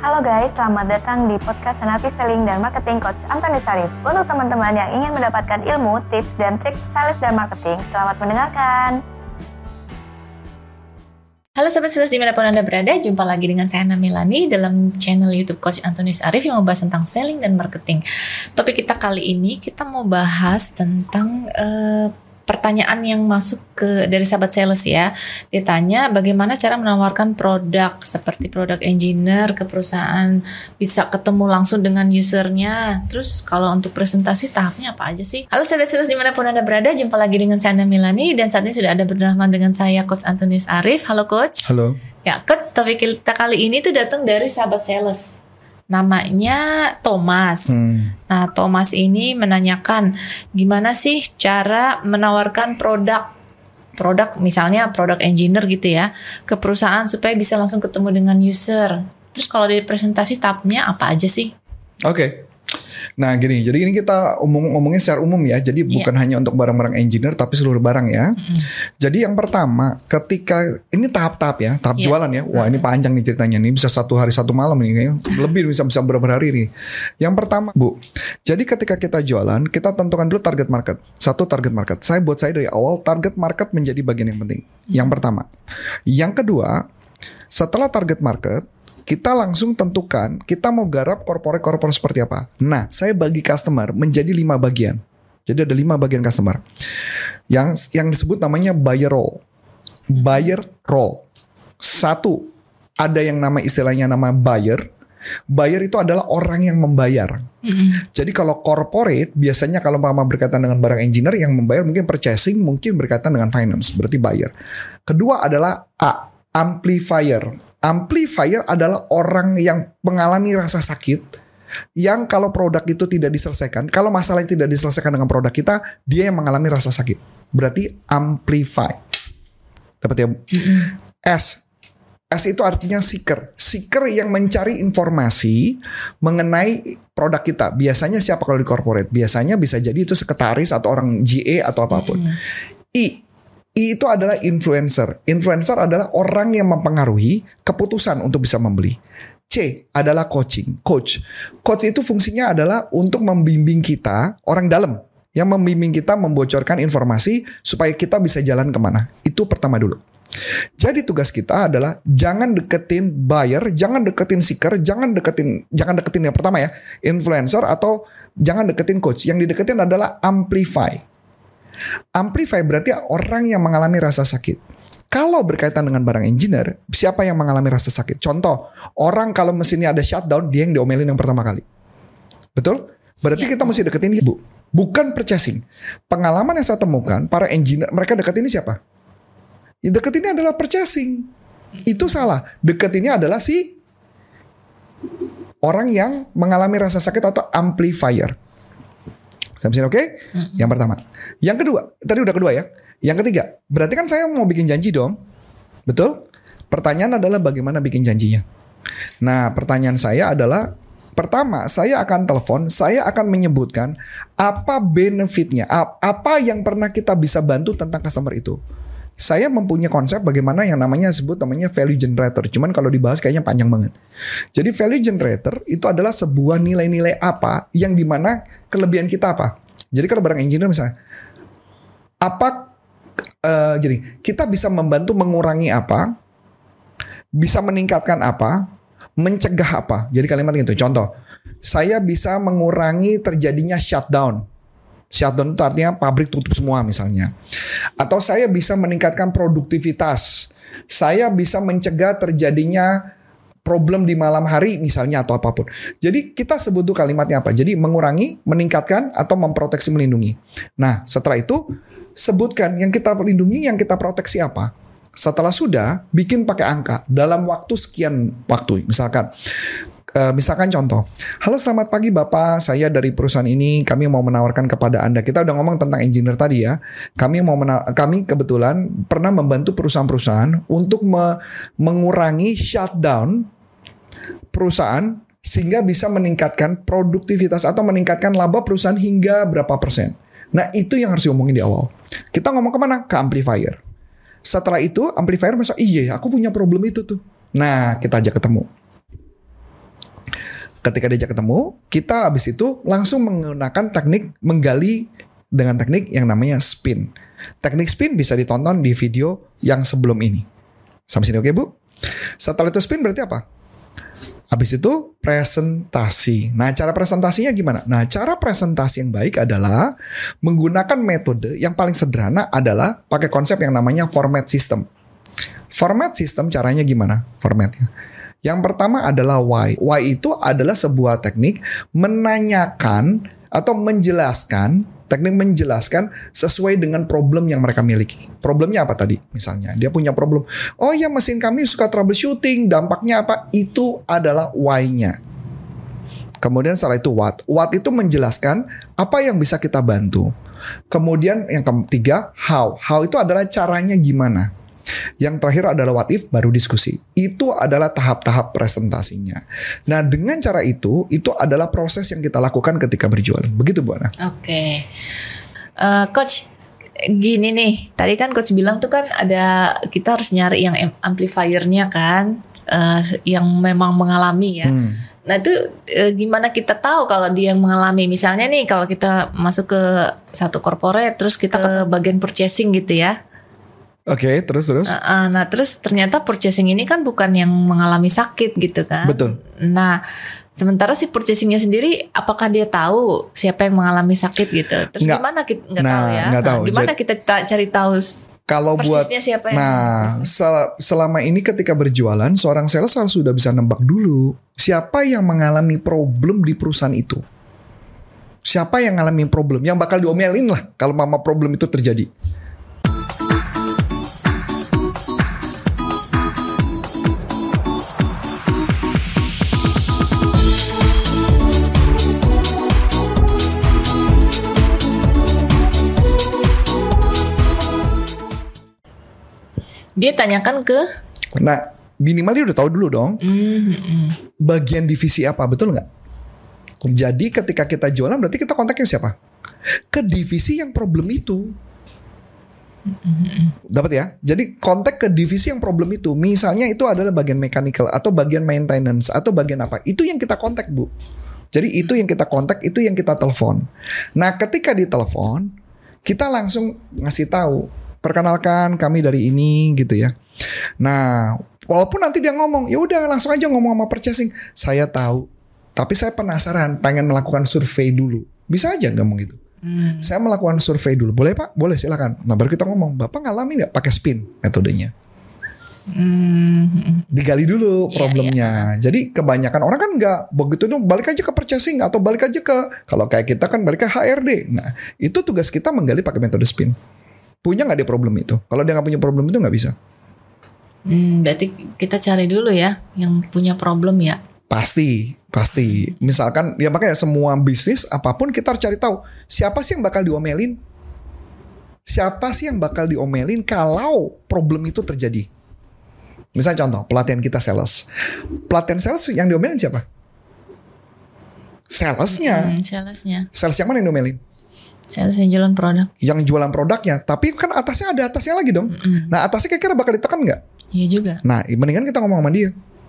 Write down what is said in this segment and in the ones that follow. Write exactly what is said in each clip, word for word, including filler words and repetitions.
Halo guys, selamat datang di podcast Senapi Selling dan Marketing Coach Antoni Sarif. Untuk teman-teman yang ingin mendapatkan ilmu, tips, dan trik sales dan marketing, selamat mendengarkan. Halo Sobat Sales dimanapun Anda berada, jumpa lagi dengan saya Ana Milani dalam channel YouTube Coach Antoni Sarif yang membahas tentang selling dan marketing. Topik kita kali ini, kita mau bahas tentang uh, pertanyaan yang masuk ke dari sahabat sales ya. Dia tanya bagaimana cara menawarkan produk seperti produk engineer ke perusahaan, bisa ketemu langsung dengan usernya. Terus kalau untuk presentasi tahapnya apa aja sih? Halo sahabat sales dimanapun Anda berada, jumpa lagi dengan saya Ana Milani dan saat ini sudah ada bersama dengan saya Coach Antoni Sarif. Halo Coach. Halo. Ya Coach, topik kita kali ini tuh datang dari sahabat sales. Namanya Thomas. Hmm. Nah, Thomas ini menanyakan gimana sih cara menawarkan produk, produk misalnya produk engineer gitu ya, ke perusahaan supaya bisa langsung ketemu dengan user. Terus kalau di presentasi tahapnya apa aja sih? Oke. Okay. Nah gini, jadi ini kita umum, ngomongnya secara umum ya. Jadi yeah. bukan hanya untuk barang-barang engineer tapi seluruh barang ya. Mm-hmm. Jadi yang pertama, ketika ini tahap-tahap ya, tahap yeah. jualan ya. Wah, mm-hmm. ini panjang nih ceritanya. Ini bisa satu hari satu malam ini kayaknya. Lebih bisa bisa beberapa hari nih. Yang pertama, Bu. Jadi ketika kita jualan, kita tentukan dulu target market. Satu target market. Saya buat saya dari awal target market menjadi bagian yang penting. Mm-hmm. Yang pertama. Yang kedua, setelah target market, kita langsung tentukan kita mau garap corporate-corporate seperti apa. Nah, saya bagi customer menjadi lima bagian. Jadi ada lima bagian customer. Yang yang disebut namanya buyer role. Buyer role. Satu, ada yang nama istilahnya nama buyer. Buyer itu adalah orang yang membayar. Mm-hmm. Jadi kalau corporate biasanya kalau mama berkaitan dengan barang engineer, yang membayar mungkin purchasing, mungkin berkaitan dengan finance, berarti buyer. Kedua adalah A, amplifier. Amplifier adalah orang yang mengalami rasa sakit, yang kalau produk itu tidak diselesaikan, kalau masalah yang tidak diselesaikan dengan produk kita, dia yang mengalami rasa sakit. Berarti amplify. Dapat ya? Mm-hmm. S. S itu artinya seeker. Seeker yang mencari informasi mengenai produk kita. Biasanya siapa kalau di corporate? Biasanya bisa jadi itu sekretaris atau orang G A atau apapun. Mm-hmm. I. I itu adalah influencer. Influencer adalah orang yang mempengaruhi keputusan untuk bisa membeli. C adalah coaching, coach. Coach itu fungsinya adalah untuk membimbing kita, orang dalam, yang membimbing kita membocorkan informasi supaya kita bisa jalan kemana. Itu pertama dulu. Jadi tugas kita adalah jangan deketin buyer, jangan deketin seeker, jangan deketin, jangan deketin yang pertama ya, influencer atau jangan deketin coach. Yang dideketin adalah amplify. Amplify berarti orang yang mengalami rasa sakit. Kalau berkaitan dengan barang engineer, siapa yang mengalami rasa sakit? Contoh, orang kalau mesinnya ada shutdown, dia yang diomelin yang pertama kali. Betul? Berarti ya, kita mesti deketin ibu. Bukan purchasing. Pengalaman yang saya temukan, para engineer, mereka deketin siapa? Ya, deketinnya adalah purchasing. Itu salah. Deketinnya adalah si orang yang mengalami rasa sakit atau amplifier. Sampai sini oke? Okay? Mm-hmm. Yang pertama. Yang kedua, tadi udah kedua ya. Yang ketiga, berarti kan saya mau bikin janji dong. Betul? Pertanyaan adalah bagaimana bikin janjinya. Nah, pertanyaan saya adalah, pertama, saya akan telepon, saya akan menyebutkan apa benefitnya, apa yang pernah kita bisa bantu tentang customer itu. Saya mempunyai konsep bagaimana yang namanya sebut namanya value generator. Cuman kalau dibahas kayaknya panjang banget. Jadi value generator itu adalah sebuah nilai-nilai apa yang dimana kelebihan kita apa. Jadi kalau barang engineer misalnya, apa uh, jadi kita bisa membantu mengurangi apa, bisa meningkatkan apa, mencegah apa. Jadi kalimat itu. Contoh, saya bisa mengurangi terjadinya shutdown. Shutdown itu artinya pabrik tutup semua misalnya. Atau saya bisa meningkatkan produktivitas. Saya bisa mencegah terjadinya problem di malam hari misalnya atau apapun. Jadi kita sebut tuh kalimatnya apa. Jadi mengurangi, meningkatkan, atau memproteksi, melindungi. Nah setelah itu sebutkan yang kita lindungi, yang kita proteksi apa. Setelah sudah, bikin pakai angka dalam waktu sekian waktu. Misalkan Uh, misalkan contoh, halo selamat pagi Bapak, saya dari perusahaan ini, kami mau menawarkan kepada Anda. Kita udah ngomong tentang engineer tadi ya. Kami mau mena- kami kebetulan pernah membantu perusahaan-perusahaan untuk me- mengurangi shutdown perusahaan sehingga bisa meningkatkan produktivitas atau meningkatkan laba perusahaan hingga berapa persen. Nah itu yang harus diomongin di awal. Kita ngomong kemana? Ke amplifier. Setelah itu amplifier merasa, iya aku punya problem itu tuh. Nah kita ajak ketemu. Ketika diajak ketemu, kita habis itu langsung menggunakan teknik menggali dengan teknik yang namanya spin. Teknik spin bisa ditonton di video yang sebelum ini. Sampai sini oke Bu? Setelah itu spin berarti apa? Habis itu presentasi. Nah, cara presentasinya gimana? Nah, cara presentasi yang baik adalah menggunakan metode yang paling sederhana adalah pakai konsep yang namanya format system. Format system caranya gimana? Formatnya. Yang pertama adalah why. Why itu adalah sebuah teknik menanyakan atau menjelaskan, teknik menjelaskan sesuai dengan problem yang mereka miliki. Problemnya apa tadi? Misalnya dia punya problem, oh ya mesin kami suka troubleshooting, dampaknya apa? Itu adalah why-nya. Kemudian setelah itu what. What itu menjelaskan apa yang bisa kita bantu. Kemudian yang ketiga how. How itu adalah caranya gimana. Yang terakhir adalah what if, baru diskusi. Itu adalah tahap-tahap presentasinya. Nah, dengan cara itu, itu adalah proses yang kita lakukan ketika berjualan. Begitu Bu Ana. Oke, okay. uh, Coach, gini nih. Tadi kan Coach bilang tuh kan ada kita harus nyari yang amplifiernya kan, uh, yang memang mengalami ya. Hmm. Nah itu uh, gimana kita tahu kalau dia yang mengalami? Misalnya nih, kalau kita masuk ke satu corporate, terus kita ke bagian purchasing gitu ya. Oke, okay, terus terus. Uh, uh, nah terus ternyata purchasing ini kan bukan yang mengalami sakit gitu kan? Betul. Nah sementara si purchasingnya sendiri, apakah dia tahu siapa yang mengalami sakit gitu? Terus nggak, gimana kita nggak nah, tahu ya? Nggak tahu. Nah, gimana Jadi, kita ta- cari tahu? Kalau buat, siapa yang nah sel- selama ini ketika berjualan, seorang sales harus sudah bisa nembak dulu siapa yang mengalami problem di perusahaan itu. Siapa yang mengalami problem, yang bakal diomelin lah kalau mama problem itu terjadi. Dia tanyakan ke, nah minimal dia udah tahu dulu dong, mm-hmm. bagian divisi apa, betul nggak? Jadi ketika kita jualan berarti kita kontaknya siapa? Ke divisi yang problem itu. Mm-hmm. Dapat ya? Jadi kontak ke divisi yang problem itu. Misalnya itu adalah bagian mechanical atau bagian maintenance atau bagian apa? Itu yang kita kontak Bu. Jadi itu yang kita kontak, itu yang kita telepon. Nah ketika ditelepon, kita langsung ngasih tahu. Perkenalkan kami dari ini gitu ya. Nah, walaupun nanti dia ngomong, ya udah langsung aja ngomong sama purchasing. Saya tahu, tapi saya penasaran, pengen melakukan survei dulu. Bisa aja ngomong gitu. Hmm. Saya melakukan survei dulu. Boleh Pak? Boleh, silakan. Nah, baru kita ngomong, Bapak ngalamin nggak pakai spin metodenya? Hmm. Digali dulu problemnya. Yeah, yeah. Jadi kebanyakan orang kan nggak begitu dong. Balik aja ke purchasing atau balik aja ke, kalau kayak kita kan balik ke H R D. Nah, itu tugas kita menggali pakai metode spin. Punya nggak dia problem itu? Kalau dia nggak punya problem itu nggak bisa. Hmm, berarti kita cari dulu ya yang punya problem ya. Pasti, pasti. Misalkan ya makanya semua bisnis apapun kita harus cari tahu siapa sih yang bakal diomelin, siapa sih yang bakal diomelin kalau problem itu terjadi. Misalnya contoh pelatihan kita sales, pelatihan sales yang diomelin siapa? Salesnya. Hmm, salesnya. Sales yang mana yang diomelin? Sales yang jualan produk. Yang jualan produknya. Tapi kan atasnya ada atasnya lagi dong. Mm-mm. Nah atasnya kira-kira bakal ditekan gak? Iya juga. Nah mendingan kita ngomong sama dia.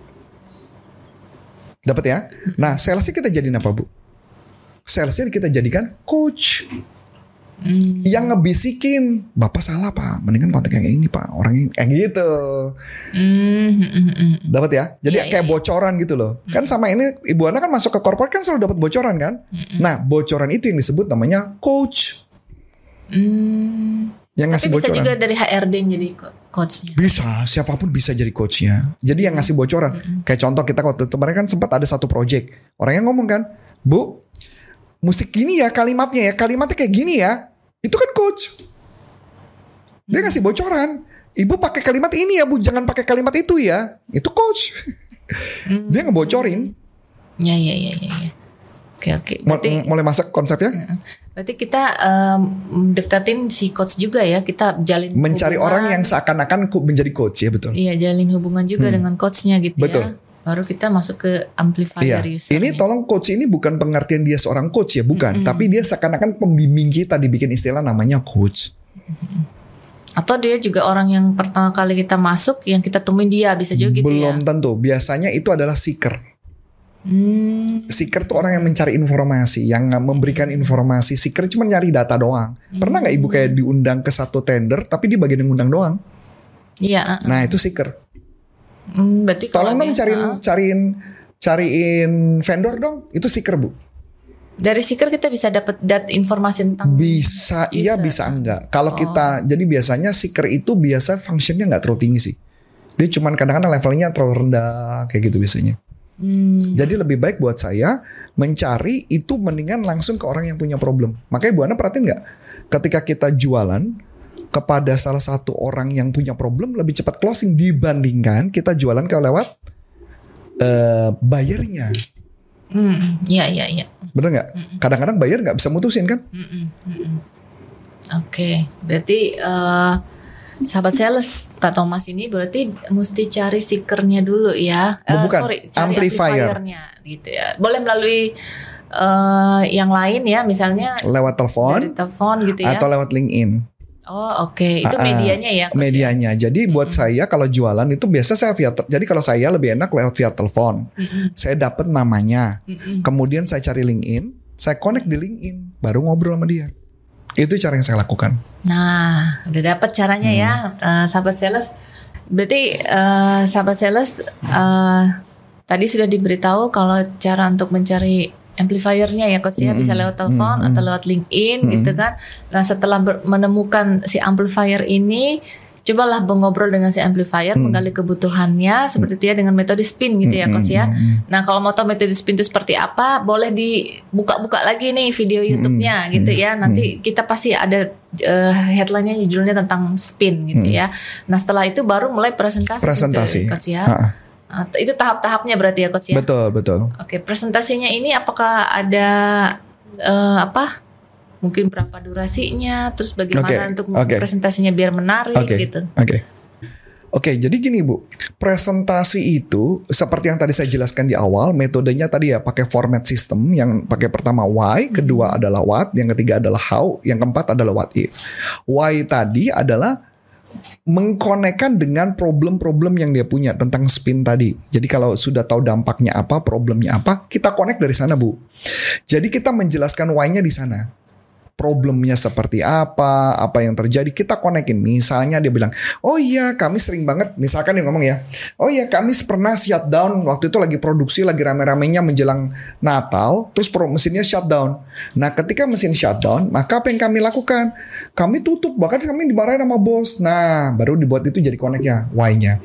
Dapat ya? Mm-mm. Nah salesnya kita jadiin apa Bu? Salesnya kita jadikan coach. Mm. Yang ngebisikin, Bapak salah Pak, mendingan kontak yang ini Pak, orang yang kayak gitu. Mm. Dapat ya? Jadi yeah, kayak yeah, bocoran gitu loh. Mm. Kan sama ini Ibu Ana kan masuk ke corporate kan selalu dapat bocoran kan? Mm. Nah bocoran itu yang disebut namanya coach. Mm. Yang ngasih Tapi bisa bocoran. Juga dari H R D jadi coachnya. Bisa, siapapun bisa jadi coachnya. Jadi yang ngasih bocoran. Mm. Kayak contoh kita waktu itu kemarin kan sempat ada satu project. Orangnya ngomong kan, Bu, musik gini ya kalimatnya ya, kalimatnya kayak gini ya. Itu kan coach. Dia ngasih bocoran. Ibu pakai kalimat ini ya Bu, jangan pakai kalimat itu ya. Itu coach. Hmm. Dia ngebocorin. Ya ya ya ya. ya. Oke oke. Berarti, mulai masuk konsepnya. Berarti kita um, deketin si coach juga ya. Kita jalin mencari hubungan. orang yang seakan-akan menjadi coach ya betul. Iya jalin hubungan juga hmm. dengan coachnya gitu betul. ya. Baru kita masuk ke amplifier iya. user. Ini tolong coach ini bukan pengertian dia seorang coach ya, bukan. Mm-hmm. Tapi dia seakan-akan pembimbing kita, dibikin istilah namanya coach. Mm-hmm. Atau dia juga orang yang pertama kali kita masuk, yang kita temuin dia bisa juga gitu. Belum ya. tentu. Biasanya itu adalah seeker. Hmm. Seeker tuh orang yang mencari informasi, yang memberikan informasi. Seeker cuma nyari data doang. Pernah nggak ibu kayak diundang ke satu tender, tapi di bagian yang undang doang? Iya. Uh-uh. Nah itu seeker. Hmm, berarti Tolong dong dia, cariin, uh-uh. cariin, cariin vendor dong. Itu seeker bu. Dari seeker kita bisa dapat dat informasi tentang. Bisa, user. Iya bisa enggak. Kalau oh. kita, jadi biasanya seeker itu biasa functionnya nggak terlalu tinggi sih. Dia cuman kadang-kadang levelnya terlalu rendah kayak gitu biasanya. Hmm. Jadi lebih baik buat saya mencari itu mendingan langsung ke orang yang punya problem. Makanya Bu Ana perhatiin nggak, ketika kita jualan kepada salah satu orang yang punya problem lebih cepat closing dibandingkan kita jualan ke lewat uh, bayarnya. Hmm, iya iya iya. Bener nggak? Kadang-kadang bayar nggak bisa mutusin kan? Mm-mm, mm-mm. Oke, okay. Berarti uh, sahabat sales Pak Thomas ini berarti mesti cari seekernya dulu ya. Uh, Bukan, sorry, cari amplifier. amplifiernya gitu ya. Boleh melalui uh, yang lain ya, misalnya lewat telepon, dari telepon gitu ya. Atau lewat LinkedIn. Oh oke, okay. Itu medianya ya. Coach, medianya. Ya? Jadi buat mm-hmm. saya kalau jualan itu biasa saya via. Te- jadi kalau saya lebih enak lewat via telepon. Mm-hmm. Saya dapat namanya, mm-hmm. kemudian saya cari LinkedIn, saya connect di LinkedIn, baru ngobrol sama dia. Itu cara yang saya lakukan. Nah, udah dapat caranya hmm. ya, uh, sahabat sales. Berarti uh, sahabat sales uh, tadi sudah diberitahu kalau cara untuk mencari amplifiernya ya coach ya, hmm. bisa lewat telepon hmm. atau lewat LinkedIn hmm. gitu kan. Nah, setelah ber- menemukan si amplifier ini, cobalah mengobrol dengan si amplifier, hmm. menggali kebutuhannya seperti itu ya dengan metode spin gitu ya coach ya. Hmm. Nah, kalau mau tahu metode spin itu seperti apa, boleh dibuka-buka lagi nih video YouTube-nya hmm. gitu ya. Nanti hmm. kita pasti ada uh, headline-nya, judulnya tentang spin gitu hmm. ya. Nah, setelah itu baru mulai presentasi, presentasi. Gitu, coach ya. Ha-ha. Nah, itu tahap-tahapnya berarti ya coach ya. Betul, betul. Oke, presentasinya ini apakah ada uh, apa? Mungkin berapa durasinya, terus bagaimana okay, untuk okay. presentasinya biar menarik okay, gitu. Oke. Okay. Oke, okay, jadi gini Bu, presentasi itu seperti yang tadi saya jelaskan di awal, metodenya tadi ya pakai format system yang pakai pertama why, hmm. kedua adalah what, yang ketiga adalah how, yang keempat adalah what if. Why tadi adalah mengkonekkan dengan problem-problem yang dia punya tentang spin tadi. Jadi kalau sudah tahu dampaknya apa, problemnya apa, kita connect dari sana Bu. Jadi kita menjelaskan why-nya di sana. Problemnya seperti apa, apa yang terjadi, kita konekin. Misalnya dia bilang, oh iya kami sering banget, misalkan dia ngomong ya, oh iya kami pernah shutdown, waktu itu lagi produksi, lagi rame-ramenya menjelang Natal, terus mesinnya shutdown. Nah ketika mesin shutdown, maka apa yang kami lakukan? Kami tutup, bahkan kami dimarahin sama bos. Nah baru dibuat itu jadi connect-nya, why-nya.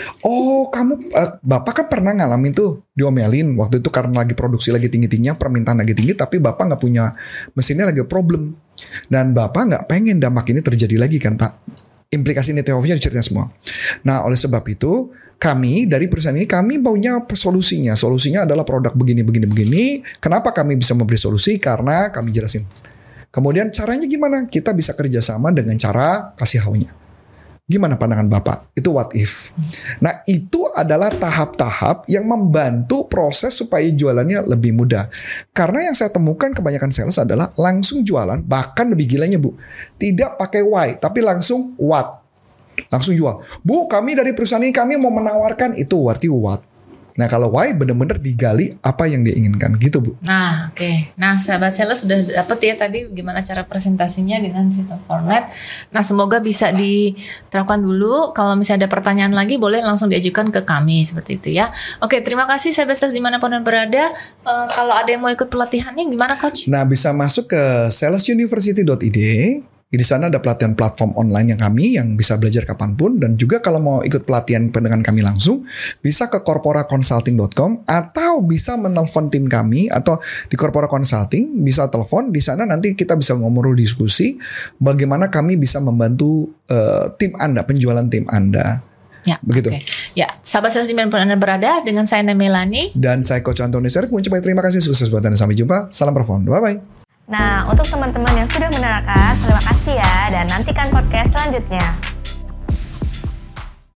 Oh kamu, uh, bapak kan pernah ngalamin tuh, diomelin, waktu itu karena lagi produksi lagi tinggi-tingginya, permintaan lagi tinggi, tapi bapak gak punya, mesinnya lagi problem. Dan bapak nggak pengen dampak ini terjadi lagi kan Pak. Implikasi negatifnya diceritain semua. Nah oleh sebab itu kami dari perusahaan ini kami punya solusinya. Solusinya adalah produk begini begini begini. Kenapa kami bisa memberi solusi? Karena kami jelasin. Kemudian caranya gimana? Kita bisa kerjasama dengan cara kasih how-nya. Gimana pandangan Bapak? Itu what if. Nah itu adalah tahap-tahap yang membantu proses supaya jualannya lebih mudah. Karena yang saya temukan kebanyakan sales adalah langsung jualan, bahkan lebih gilanya Bu. Tidak pakai why, tapi langsung what. Langsung jual. Bu kami dari perusahaan ini kami mau menawarkan, itu berarti what. Nah kalau why benar-benar digali apa yang dia inginkan gitu Bu. Nah oke, okay. Nah sahabat sales sudah dapat ya tadi gimana cara presentasinya dengan sistem format. Nah semoga bisa diterapkan dulu. Kalau misalnya ada pertanyaan lagi boleh langsung diajukan ke kami seperti itu ya. Oke, terima kasih sahabat sales dimanapun Anda berada. Uh, kalau ada yang mau ikut pelatihannya gimana coach? Nah bisa masuk ke sales university dot i d. Di sana ada pelatihan platform online yang kami yang bisa belajar kapanpun, dan juga kalau mau ikut pelatihan dengan kami langsung bisa ke corpora consulting dot com atau bisa menelpon tim kami atau di Corpora Consulting bisa telepon. Di sana nanti kita bisa ngobrol diskusi bagaimana kami bisa membantu uh, tim Anda, penjualan tim Anda. Ya, begitu. Okay. Ya, sahabat sales dimanapun Anda berada, dengan saya Melani dan saya Coach Antonius Arif mengucapkan terima kasih, sukses buat Anda, sampai jumpa, salam perform, bye bye. Nah, untuk teman-teman yang sudah mendengarkan, terima kasih ya, dan nantikan podcast selanjutnya.